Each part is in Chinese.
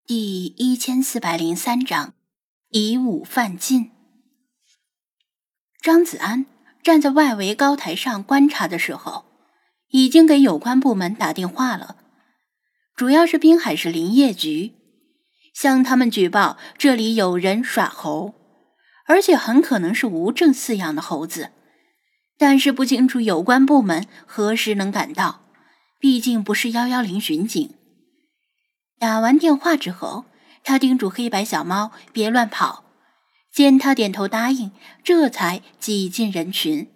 第1403章以武犯禁。张子安站在外围高台上观察的时候，已经给有关部门打电话了，主要是滨海市林业局，向他们举报这里有人耍猴，而且很可能是无证饲养的猴子，但是不清楚有关部门何时能赶到，毕竟不是110巡警。打完电话之后，他叮嘱黑白小猫别乱跑，见他点头答应，这才挤进人群。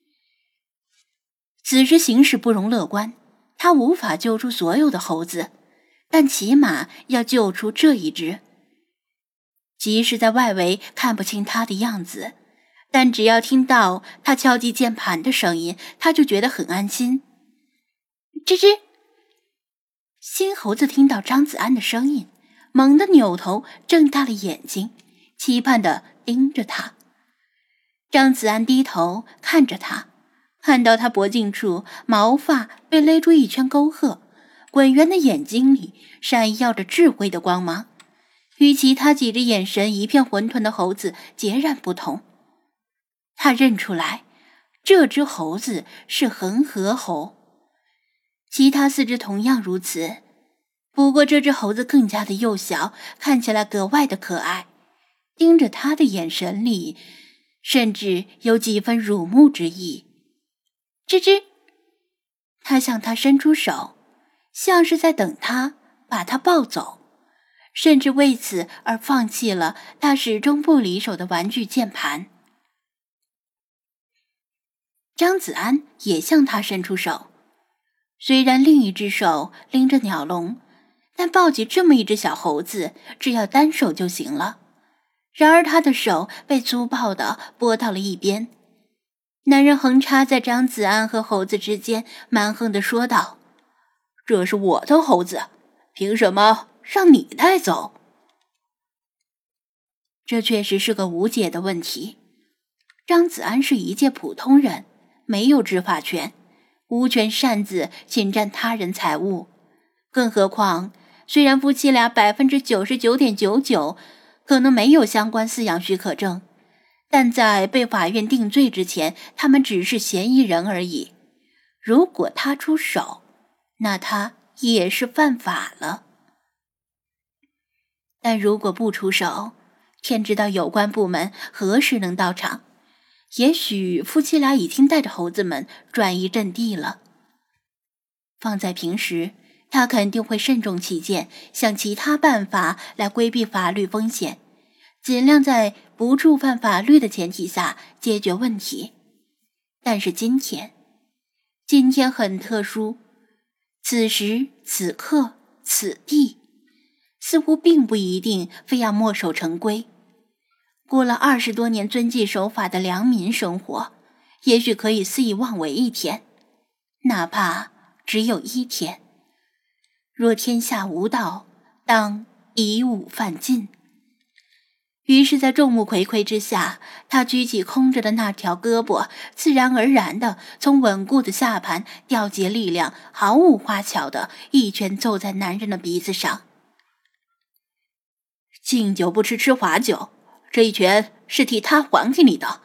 此时形势不容乐观，他无法救出所有的猴子，但起码要救出这一只。即使在外围看不清他的样子，但只要听到他敲击键盘的声音，他就觉得很安心。吱吱。新猴子听到张子安的声音，猛地扭头，睁大了眼睛，期盼地盯着他。张子安低头看着他，看到他脖颈处毛发被勒出一圈沟壑，滚圆的眼睛里闪耀着智慧的光芒，与其他几只眼神一片混沌的猴子截然不同。他认出来，这只猴子是恒河猴，其他4只同样如此，不过这只猴子更加的幼小，看起来格外的可爱，盯着他的眼神里甚至有几分辱慕之意。吱吱，他向他伸出手，像是在等他把他抱走，甚至为此而放弃了他始终不离手的玩具键盘。张子安也向他伸出手，虽然另一只手拎着鸟笼，但抱起这么一只小猴子，只要单手就行了。然而他的手被粗暴地拨到了一边。男人横插在张子安和猴子之间，蛮横地说道：“这是我的猴子，凭什么让你带走？”这确实是个无解的问题。张子安是一介普通人，没有执法权，无权擅自侵占他人财物，更何况虽然夫妻俩99.99%可能没有相关饲养许可证，但在被法院定罪之前，他们只是嫌疑人而已。如果他出手，那他也是犯法了。但如果不出手，天知道有关部门何时能到场，也许夫妻俩已经带着猴子们转移阵地了。放在平时，他肯定会慎重起见，想其他办法来规避法律风险，尽量在不触犯法律的前提下解决问题。但是今天很特殊，此时此刻此地，似乎并不一定非要墨守成规。过了20多年遵纪守法的良民生活，也许可以肆意妄为一天，哪怕只有1天。若天下无道，当以武犯禁。于是在众目睽睽之下，他举起空着的那条胳膊，自然而然地从稳固的下盘调集力量，毫无花巧地一拳揍在男人的鼻子上。敬酒不吃罚酒，这一拳是替他还给你的。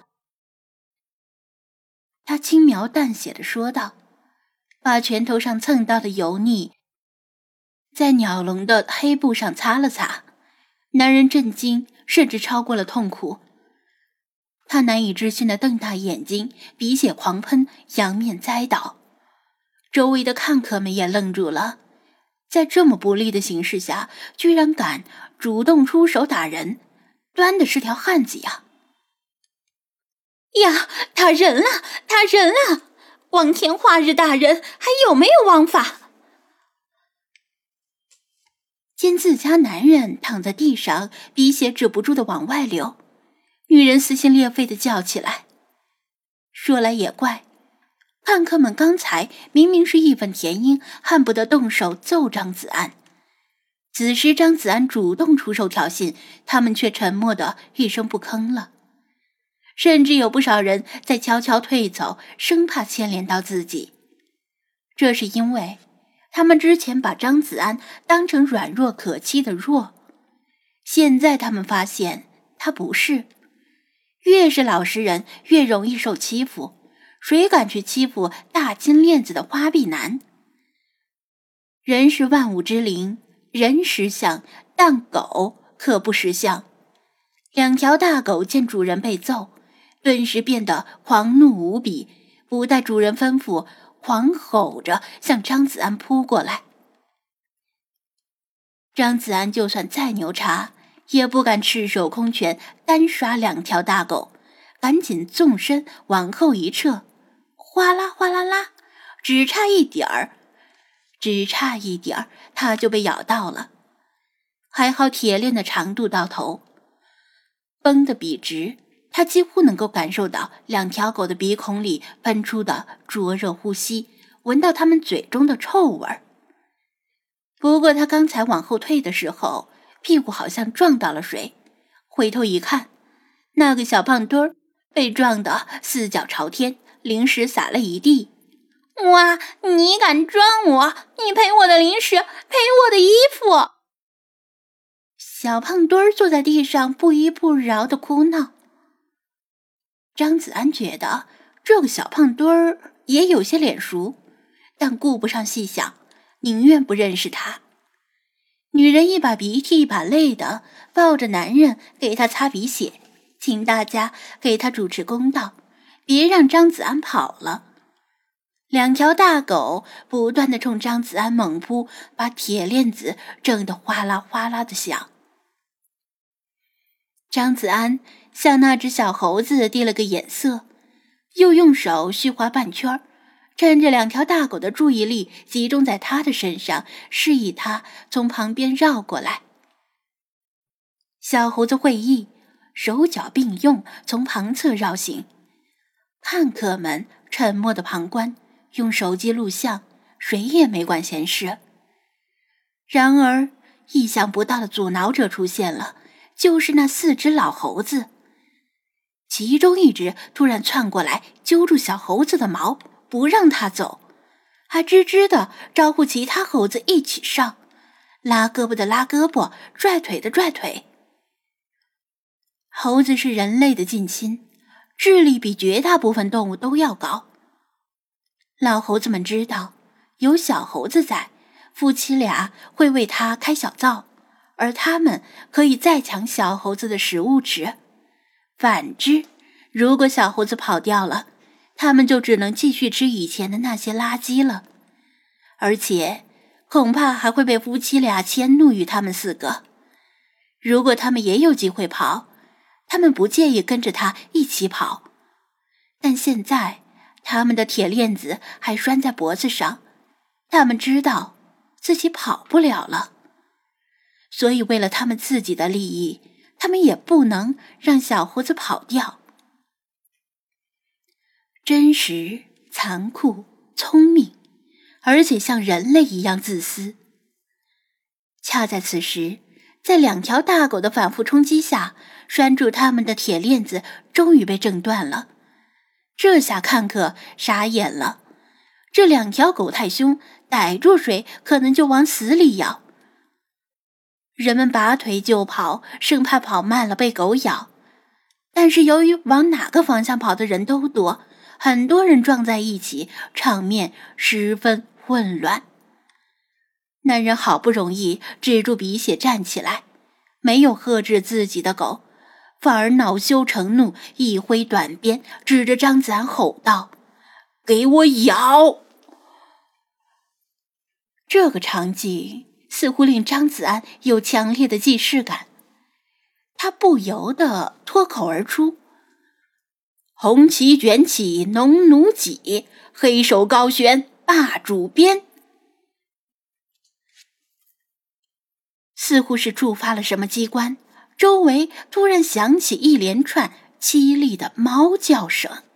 他轻描淡写地说道，把拳头上蹭到的油腻在鸟笼的黑布上擦了擦。男人震惊甚至超过了痛苦，他难以置信地瞪大眼睛，鼻血狂喷，仰面栽倒。周围的看客们也愣住了，在这么不利的形势下，居然敢主动出手打人，端的是条汉子呀！ 呀，打人了，打人了！光天化日打人，还有没有王法？ 见自家男人躺在地上，鼻血止不住的往外流，女人撕心裂肺的叫起来。说来也怪，看客们刚才明明是义愤填膺，恨不得动手揍张子安，此时张子安主动出手挑衅，他们却沉默的一声不吭了。甚至有不少人在悄悄退走，生怕牵连到自己。这是因为他们之前把张子安当成软弱可欺的弱， 现在他们发现他不是，越是老实人越容易受欺负，谁敢去欺负大金链子的花臂男？人是万物之灵，人识相，但狗可不识相。2条大狗见主人被揍，顿时变得狂怒无比，不待主人吩咐，狂吼着向张子安扑过来。张子安就算再牛叉，也不敢赤手空拳单刷2条大狗，赶紧纵身往后一撤，哗啦哗啦啦，只差一点儿，他就被咬到了。还好铁链的长度到头，绷得笔直，他几乎能够感受到2条狗的鼻孔里喷出的灼热呼吸，闻到它们嘴中的臭味。不过他刚才往后退的时候，屁股好像撞到了谁，回头一看，那个小胖墩儿被撞得四脚朝天，零食撒了一地。 哇，你敢撞我？你赔我的零食，赔我的衣服！ 小胖墩儿坐在地上不依不饶地哭闹。张子安觉得这个小胖墩儿也有些脸熟，但顾不上细想，宁愿不认识他。女人一把鼻涕一把泪的抱着男人给他擦鼻血，请大家给他主持公道，别让张子安跑了。2条大狗不断地冲张子安猛扑，把铁链子震得哗啦哗啦的响。张子安向那只小猴子递了个眼色，又用手虚划半圈，趁着2条大狗的注意力集中在他的身上，示意他从旁边绕过来。小猴子会意，手脚并用从旁侧绕行。看客们沉默的旁观，用手机录像，谁也没管闲事。然而意想不到的阻挠者出现了，就是那4只老猴子。其中一只突然窜过来，揪住小猴子的毛，不让他走，还吱吱地招呼其他猴子一起上，拉胳膊的拉胳膊，拽腿的拽腿。猴子是人类的近亲，智力比绝大部分动物都要高。老猴子们知道，有小猴子在，夫妻俩会为他开小灶，而他们可以再抢小猴子的食物吃。反之，如果小猴子跑掉了，他们就只能继续吃以前的那些垃圾了，而且恐怕还会被夫妻俩迁怒于他们4个。如果他们也有机会跑，他们不介意跟着他一起跑，但现在他们的铁链子还拴在脖子上，他们知道自己跑不了了，所以为了他们自己的利益，他们也不能让小猴子跑掉。真实、残酷、聪明，而且像人类一样自私。恰在此时，在2条大狗的反复冲击下，拴住他们的铁链子终于被挣断了。这下看客傻眼了，这2条狗太凶，逮住谁可能就往死里咬。人们拔腿就跑，生怕跑慢了被狗咬，但是由于往哪个方向跑的人都多，很多人撞在一起，场面十分混乱。男人好不容易止住鼻血站起来，没有喝止自己的狗，反而恼羞成怒，一挥短鞭指着张子安吼道：“给我咬！”这个场景似乎令张子安有强烈的既视感，他不由得脱口而出：“红旗卷起农奴戟，黑手高悬霸主鞭。”似乎是触发了什么机关，周围突然响起一连串凄厉的猫叫声。